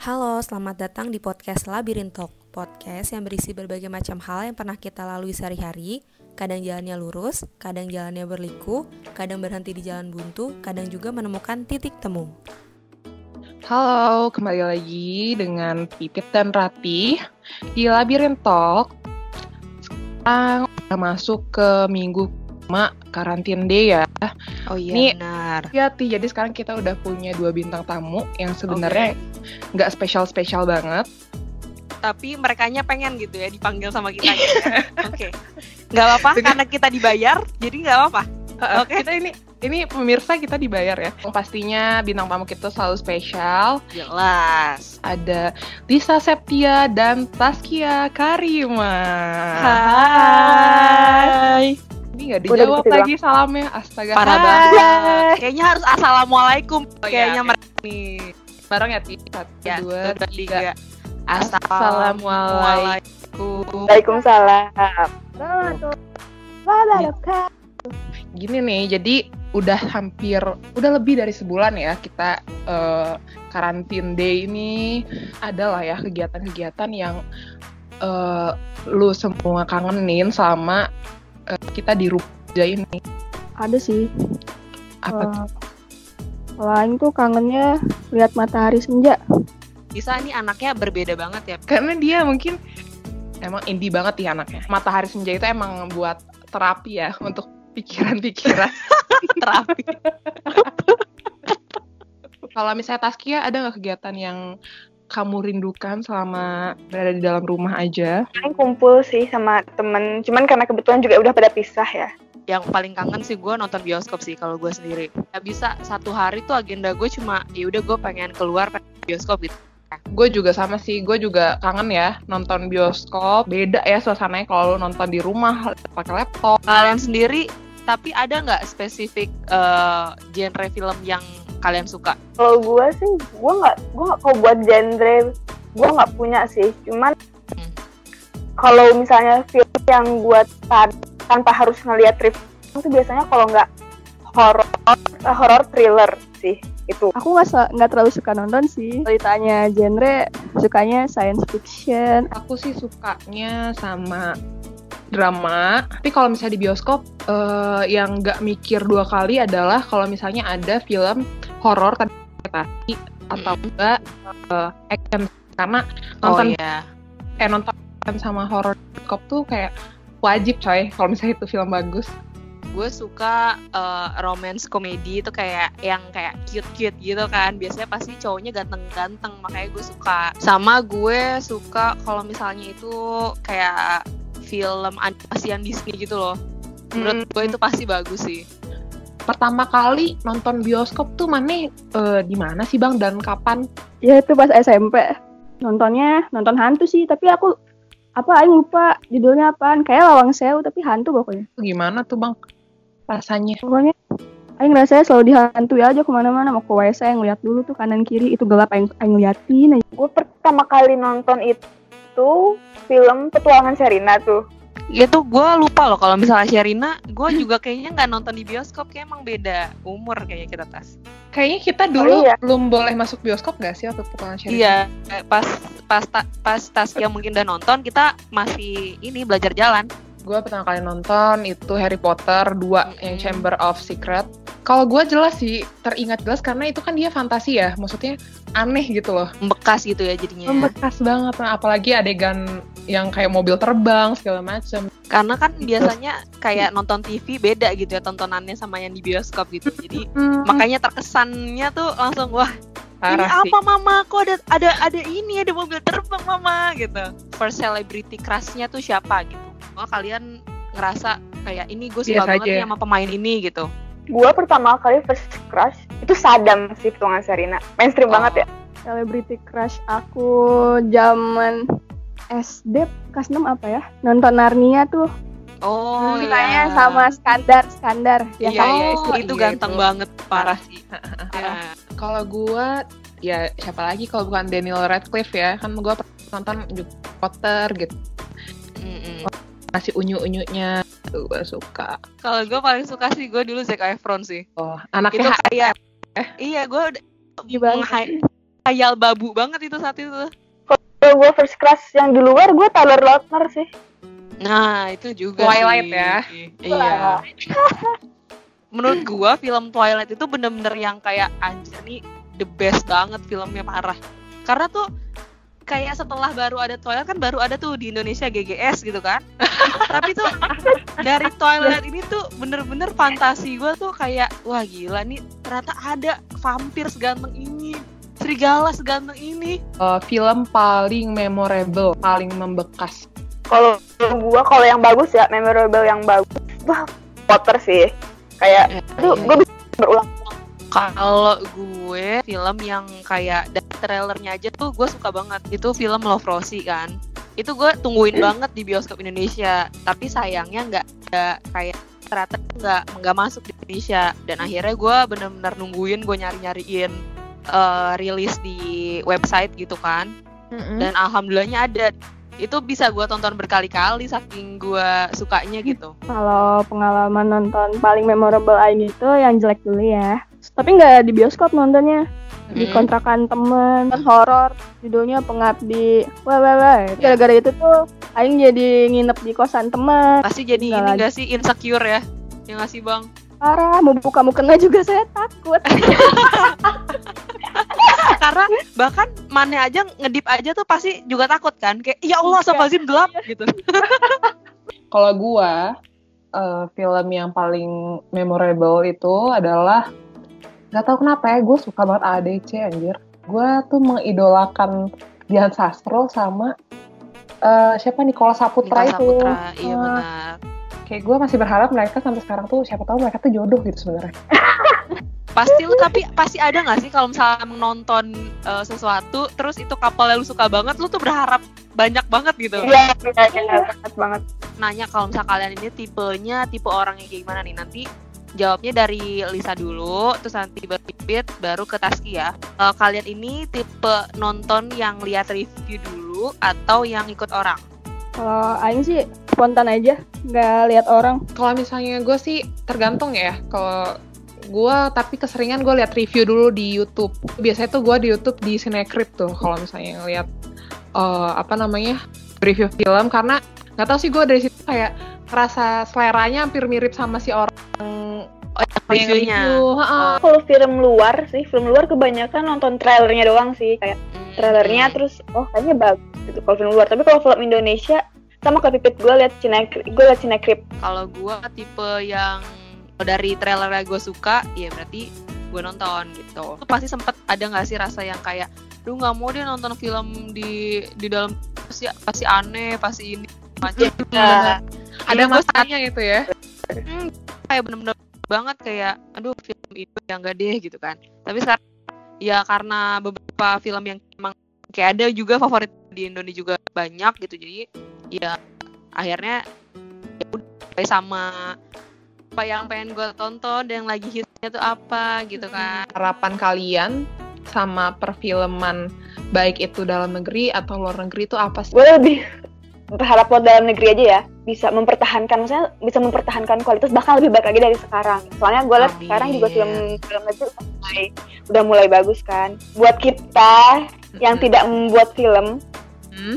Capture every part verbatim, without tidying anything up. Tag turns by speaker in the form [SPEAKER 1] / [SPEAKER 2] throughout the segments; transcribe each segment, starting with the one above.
[SPEAKER 1] Halo, selamat datang di podcast Labirin Talk. Podcast yang berisi berbagai macam hal yang pernah kita lalui sehari-hari. Kadang jalannya lurus, kadang jalannya berliku, kadang berhenti di jalan buntu, kadang juga menemukan titik temu.
[SPEAKER 2] Halo, kembali lagi dengan Pipit dan Ratih di Labirin Talk. Sekarang udah masuk ke minggu kelima karantin day ya.
[SPEAKER 1] Oh iya,
[SPEAKER 2] Ini,
[SPEAKER 1] benar.
[SPEAKER 2] Ya, Ti, jadi sekarang kita udah punya dua bintang tamu yang sebenarnya nggak okay. spesial-spesial banget.
[SPEAKER 3] Tapi merekanya pengen gitu ya dipanggil sama kita gitu ya. Oke. Okay. Nggak apa-apa karena kita dibayar, jadi nggak apa-apa.
[SPEAKER 2] Uh, Oke. Okay. Kita ini ini pemirsa kita dibayar ya. Pastinya bintang tamu kita selalu spesial.
[SPEAKER 3] Jelas.
[SPEAKER 2] Ada Lisa Septia dan Taskia Karima.
[SPEAKER 3] Hai.
[SPEAKER 2] Ini nggak dijawab Udah lagi salamnya. Astaga.
[SPEAKER 3] Parah banget. Kayaknya harus assalamualaikum. Oh, Kayaknya
[SPEAKER 2] ya,
[SPEAKER 3] mereka nih.
[SPEAKER 2] Bareng ya, Ti. Satu,
[SPEAKER 3] ya,
[SPEAKER 2] dua, tiga.
[SPEAKER 3] Assalamualaikum.
[SPEAKER 4] Waalaikumsalam. Waalaikumsalam.
[SPEAKER 2] Gini nih, jadi udah hampir, udah lebih dari sebulan ya kita uh, karantin day ini. Adalah ya kegiatan-kegiatan yang uh, lu semua kangenin sama uh, kita di rumah aja ini.
[SPEAKER 4] Ada sih.
[SPEAKER 2] Apa tuh?
[SPEAKER 4] Kalau Aing tuh kangennya lihat matahari senja.
[SPEAKER 3] Bisa nih anaknya berbeda banget ya.
[SPEAKER 2] Karena dia mungkin emang indie banget ya anaknya. Matahari senja itu emang buat terapi ya untuk pikiran-pikiran.
[SPEAKER 3] Terapi.
[SPEAKER 2] Kalau misalnya Taskia, ada nggak kegiatan yang kamu rindukan selama berada di dalam rumah aja?
[SPEAKER 4] Aing kumpul sih sama temen. Cuman karena kebetulan juga udah pada pisah ya.
[SPEAKER 3] Yang paling kangen sih gue nonton bioskop sih kalau gue sendiri. Gak bisa satu hari tuh agenda gue cuma ya udah gue pengen keluar pengen bioskop gitu.
[SPEAKER 2] Gue juga sama sih, gue juga kangen ya nonton bioskop. Beda ya suasananya kalau nonton di rumah pakai laptop.
[SPEAKER 3] Kalian sendiri, tapi ada nggak spesifik uh, genre film yang kalian suka?
[SPEAKER 4] Kalau gue sih, gue nggak, gue nggak kalau buat genre, gue nggak punya sih. Cuman hmm. kalau misalnya film yang gue tar- tanpa harus ngeliat review itu biasanya kalau nggak horor, uh, horor thriller sih itu. Aku nggak nggak terlalu suka nonton sih. Ceritanya genre, sukanya science fiction.
[SPEAKER 2] Aku sih sukanya sama drama. Tapi kalau misalnya di bioskop, uh, yang nggak mikir dua kali adalah kalau misalnya ada film horor tadi atau enggak uh, action, karena nonton
[SPEAKER 3] oh, yeah.
[SPEAKER 2] eh nonton sama horor bioskop tuh kayak wajib coy kalau misalnya itu film bagus.
[SPEAKER 3] Gue suka uh, romance komedi itu kayak yang kayak cute-cute gitu kan. Biasanya pasti cowoknya ganteng-ganteng, makanya gue suka. Sama gue suka kalau misalnya itu kayak film animasian Disney gitu loh. Menurut hmm. gue itu pasti bagus sih.
[SPEAKER 2] Pertama kali nonton bioskop tuh mana uh, di mana sih Bang dan kapan?
[SPEAKER 4] Ya itu pas S M P. Nontonnya nonton hantu sih, tapi aku apa Aing lupa judulnya apaan, kayak Lawang Sewu tapi hantu pokoknya.
[SPEAKER 2] Gimana tuh Bang rasanya?
[SPEAKER 4] Pokoknya Aing rasanya selalu dihantui aja kemana-mana, mau ke W C yang lihat dulu tuh kanan kiri itu gelap, Aing Aing liatin aja. Gue pertama kali nonton itu film Petualangan Sherina tuh.
[SPEAKER 3] Ya tuh gue lupa loh kalau misalnya Sherina, gue juga kayaknya nggak nonton di bioskop, kayak emang beda umur kayaknya kita Tas.
[SPEAKER 2] Kayaknya kita dulu oh, iya. belum boleh masuk bioskop nggak sih waktu Petualangan Sherina?
[SPEAKER 3] Iya, pas pas ta, pas Taskia mungkin udah nonton, kita masih ini belajar jalan.
[SPEAKER 2] Gue pertama kali nonton itu Harry Potter dua mm-hmm. yang Chamber of Secret. Kalau gue jelas sih teringat jelas karena itu kan dia fantasi ya, maksudnya aneh gitu loh.
[SPEAKER 3] Membekas gitu ya jadinya.
[SPEAKER 2] Membekas banget, nah, apalagi adegan yang kayak mobil terbang segala macam.
[SPEAKER 3] Karena kan biasanya kayak nonton T V beda gitu ya tontonannya sama yang di bioskop gitu. Jadi mm-hmm. makanya terkesannya tuh langsung wah. Parah ini sih. Apa mama? Kok ada ada ada ini ada mobil terbang mama gitu. First celebrity crush-nya tuh siapa gitu? Oh kalian ngerasa kayak ini gue suka banget nih sama pemain ini gitu.
[SPEAKER 4] Gue pertama kali first crush itu Sadam sih, Petualangan Sherina. Mainstream oh. banget ya. Celebrity crush aku zaman S D kelas enam apa ya? Nonton Narnia tuh.
[SPEAKER 3] Oh
[SPEAKER 4] iya.
[SPEAKER 3] iya.
[SPEAKER 4] Sama Skandar, Skandar.
[SPEAKER 3] Ya, iya, iya, itu, oh, itu iya, ganteng itu. banget, parah sih.
[SPEAKER 2] Ya. Kalau gue, ya siapa lagi kalau bukan Daniel Radcliffe ya, kan gue nonton Potter gitu. Mm-mm. Masih unyu-unyunya, tuh gue suka.
[SPEAKER 3] Kalau gue paling suka sih gue dulu Zac Efron sih.
[SPEAKER 2] Oh, anaknya
[SPEAKER 3] itu kayak, eh? Iya gue udah khayal babu banget itu saat itu.
[SPEAKER 4] Kalau gue first class yang di luar, gue Taylor Lautner sih.
[SPEAKER 3] Nah itu juga
[SPEAKER 2] Twilight
[SPEAKER 3] sih.
[SPEAKER 2] Ya.
[SPEAKER 3] Iya. Menurut gue film Twilight itu bener-bener yang kayak anjir nih the best banget filmnya, parah. Karena tuh kayak setelah baru ada Twilight kan baru ada tuh di Indonesia G G S gitu kan. Tapi tuh dari Twilight ini tuh bener-bener fantasi gue tuh kayak wah gila nih ternyata ada vampir seganteng ini, serigala seganteng ini.
[SPEAKER 2] Uh, film paling memorable, paling membekas.
[SPEAKER 4] Kalau gue kalau yang bagus ya, memorable yang bagus, wah Potter sih. Kayak tuh gue bisa berulang.
[SPEAKER 3] Kalau gue film yang kayak dari trailernya aja tuh gue suka banget. Itu film Love Rosie kan. Itu gue tungguin banget di bioskop Indonesia. Tapi sayangnya nggak ada kayak ternyata nggak nggak masuk di Indonesia. Dan akhirnya gue bener-bener nungguin, gue nyari-nyariin uh, rilis di website gitu kan. Mm-hmm. Dan alhamdulillahnya ada. Itu bisa gue tonton berkali-kali saking gue sukanya gitu.
[SPEAKER 5] Kalau pengalaman nonton paling memorable Aing itu yang jelek dulu ya. Tapi nggak di bioskop nontonnya, hmm. di kontrakan temen, kan horor, judulnya Pengabdi. Wah wah wah. Gara-gara itu tuh Aing jadi nginep di kosan temen.
[SPEAKER 3] Pasti jadi nggak ini lagi. Gak sih insecure ya, yang ngasih bang.
[SPEAKER 5] Parah, mau buka mukena juga saya takut.
[SPEAKER 3] Karena bahkan mana aja ngedip aja tuh pasti juga takut kan, kayak ya Allah astagfirullahaladzim gelap gitu.
[SPEAKER 2] Kalau gua uh, film yang paling memorable itu adalah nggak tahu kenapa ya, gue suka banget A D C anjir. Gue tuh mengidolakan Dian Sastro sama uh, siapa Nicholas Saputra
[SPEAKER 3] Nicholas
[SPEAKER 2] itu.
[SPEAKER 3] Saputra, iya uh, benar.
[SPEAKER 2] Kayak gue masih berharap mereka sampai sekarang tuh siapa tahu mereka tuh jodoh gitu sebenarnya.
[SPEAKER 3] Pasti lu tapi pasti ada nggak sih kalau misalnya menonton uh, sesuatu terus itu couple yang lu suka banget, lu tuh berharap banyak banget gitu.
[SPEAKER 4] Iya, iya, iya, banget banget.
[SPEAKER 3] Nanya kalau misalnya kalian ini tipenya tipe orang yang kayak gimana nih, nanti jawabnya dari Lisa dulu, terus nanti berpipit, baru ke Taski ya. Uh, kalian ini tipe nonton yang lihat review dulu atau yang ikut orang?
[SPEAKER 5] Kalau Aing sih spontan aja, nggak lihat orang.
[SPEAKER 2] Kalau misalnya gue sih tergantung ya. Kalau gue tapi keseringan gue lihat review dulu di YouTube. Biasanya tuh gue di YouTube di Cinecrip tuh. Kalau misalnya ngeliat uh, apa namanya review film, karena nggak tahu sih gue dari situ kayak ngerasa seleranya hampir mirip sama si orang
[SPEAKER 3] oh, yang reviewnya.
[SPEAKER 4] Oh. Kalau film luar sih, film luar kebanyakan nonton trailernya doang sih, kayak hmm. trailernya terus oh kayaknya bagus gitu kalau film luar. Tapi kalau film Indonesia sama kayak Pipit, gue liat Cinecrip, gue liat Cinecrip.
[SPEAKER 3] Kalau gue tipe yang dari trailernya gue suka, ya berarti gue nonton gitu. Itu pasti sempet ada nggak sih rasa yang kayak, duh nggak mau dia nonton film di di dalam pasti pasti aneh, pasti ini macam.
[SPEAKER 2] Ya. Ada masanya gitu ya.
[SPEAKER 3] Hmm, kayak bener-bener banget kayak aduh film itu yang enggak deh gitu kan. Tapi sekarang ya karena beberapa film yang emang kayak ada juga favorit di Indonesia juga banyak gitu, jadi ya akhirnya ya udah sama apa yang pengen gue tonton dan yang lagi hitsnya tuh apa gitu kan.
[SPEAKER 2] Harapan kalian sama perfilman baik itu dalam negeri atau luar negeri itu apa sih?
[SPEAKER 4] Gue lebih berharap buat dalam negeri aja ya, bisa mempertahankan, maksudnya bisa mempertahankan kualitas bahkan lebih baik lagi dari sekarang. Soalnya gue lihat sekarang juga film film itu udah mulai, udah mulai bagus kan. Buat kita mm-hmm. yang tidak membuat film, mm-hmm.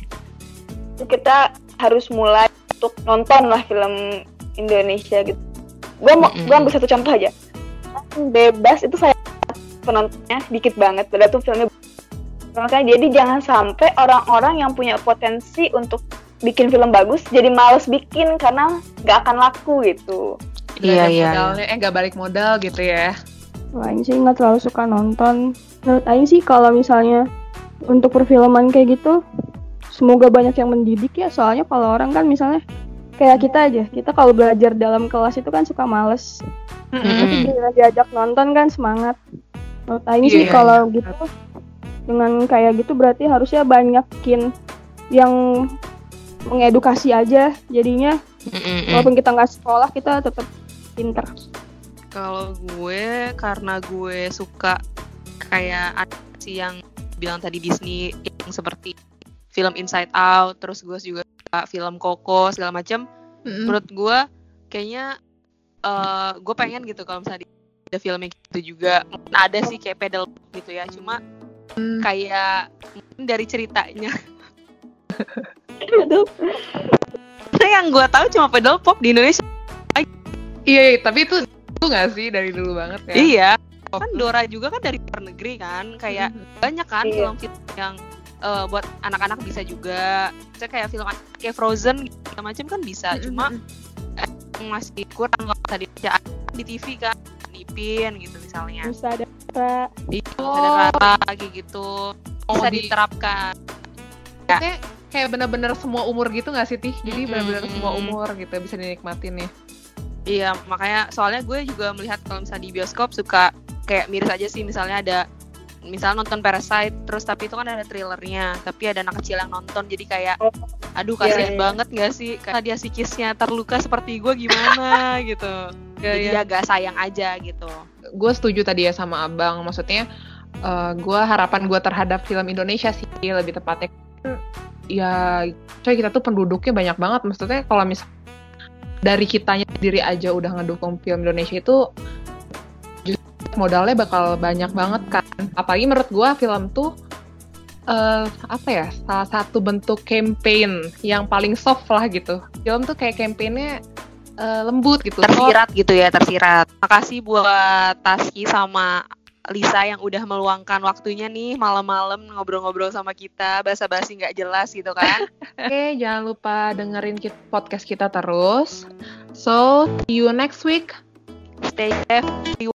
[SPEAKER 4] kita harus mulai untuk nonton lah film Indonesia gitu. Gue mau mm-hmm. gue ambil satu contoh aja. Bebas itu saya penontonnya dikit banget, padahal tuh filmnya. Makanya jadi jangan sampai orang-orang yang punya potensi untuk bikin film bagus jadi malas bikin karena nggak akan laku gitu.
[SPEAKER 2] Iya iya. Modalnya eh nggak balik modal gitu ya.
[SPEAKER 5] Wah, Aing sih nggak terlalu suka nonton. Menurut Aing sih kalau misalnya untuk perfilman kayak gitu, semoga banyak yang mendidik ya. Soalnya kalau orang kan misalnya kayak kita aja, kita kalau belajar dalam kelas itu kan suka males. Mm-hmm. Tapi bila diajak nonton kan semangat. Menurut Aing yeah, sih kalau yeah. gitu. Dengan kayak gitu berarti harusnya banyakin yang mengedukasi aja jadinya. Mm-mm. Walaupun kita nggak sekolah kita tetap pinter.
[SPEAKER 3] Kalau gue karena gue suka kayak ada sih yang bilang tadi Disney yang seperti film Inside Out, terus gue juga suka film Coco segala macam. Mm-hmm. Menurut gue kayaknya uh, gue pengen gitu kalau misalnya ada film yang gitu juga. Mungkin ada sih kayak pedal gitu ya, cuma hmm. kayak dari ceritanya.
[SPEAKER 5] Aduh.
[SPEAKER 3] Nah, yang gue tahu cuma Pedal Pop di Indonesia.
[SPEAKER 2] Iya, iya, tapi itu itu nggak sih dari dulu banget ya?
[SPEAKER 3] Iya, kan Dora juga kan dari luar negeri kan, kayak mm-hmm. banyak kan iya. film-film yang uh, buat anak-anak bisa juga. Misalnya kayak film kayak Frozen gitu macam kan bisa, mm-hmm. cuma eh, masih kurang kalau tadi di T V kan, Nipin gitu misalnya.
[SPEAKER 5] Bisa ada Rara.
[SPEAKER 3] Iya, oh. ada Rara kayak gitu. Bisa oh, di... diterapkan.
[SPEAKER 2] Ya. Kayak kayak benar-benar semua umur gitu nggak sih, Tih? Jadi mm-hmm. benar-benar semua umur gitu bisa dinikmatin ya.
[SPEAKER 3] Iya, makanya soalnya gue juga melihat kalau misalnya di bioskop suka kayak miris aja sih, misalnya ada misalnya nonton Parasite terus tapi itu kan ada trailernya, tapi ada anak kecil yang nonton jadi kayak aduh kasihan yeah, yeah. banget nggak sih karena dia psikisnya terluka seperti gue gimana gitu. Yeah, jadi yeah. agak sayang aja gitu.
[SPEAKER 2] Gue setuju tadi ya sama Abang, maksudnya uh, gue harapan gue terhadap film Indonesia sih lebih tepatnya ya coy kita tuh penduduknya banyak banget, maksudnya kalau misalnya dari kitanya sendiri aja udah ngedukung film Indonesia itu modalnya bakal banyak banget kan. Apalagi menurut gue film tuh uh, apa ya salah satu bentuk campaign yang paling soft lah gitu. Film tuh kayak campaignnya uh, lembut gitu,
[SPEAKER 3] tersirat soft. Gitu ya, tersirat. Makasih buat Taski sama Lisa yang udah meluangkan waktunya nih malam-malam ngobrol-ngobrol sama kita, basa-basi nggak jelas gitu kan.
[SPEAKER 2] Oke, jangan lupa dengerin kita, podcast kita terus. So, see you next week.
[SPEAKER 3] Stay safe.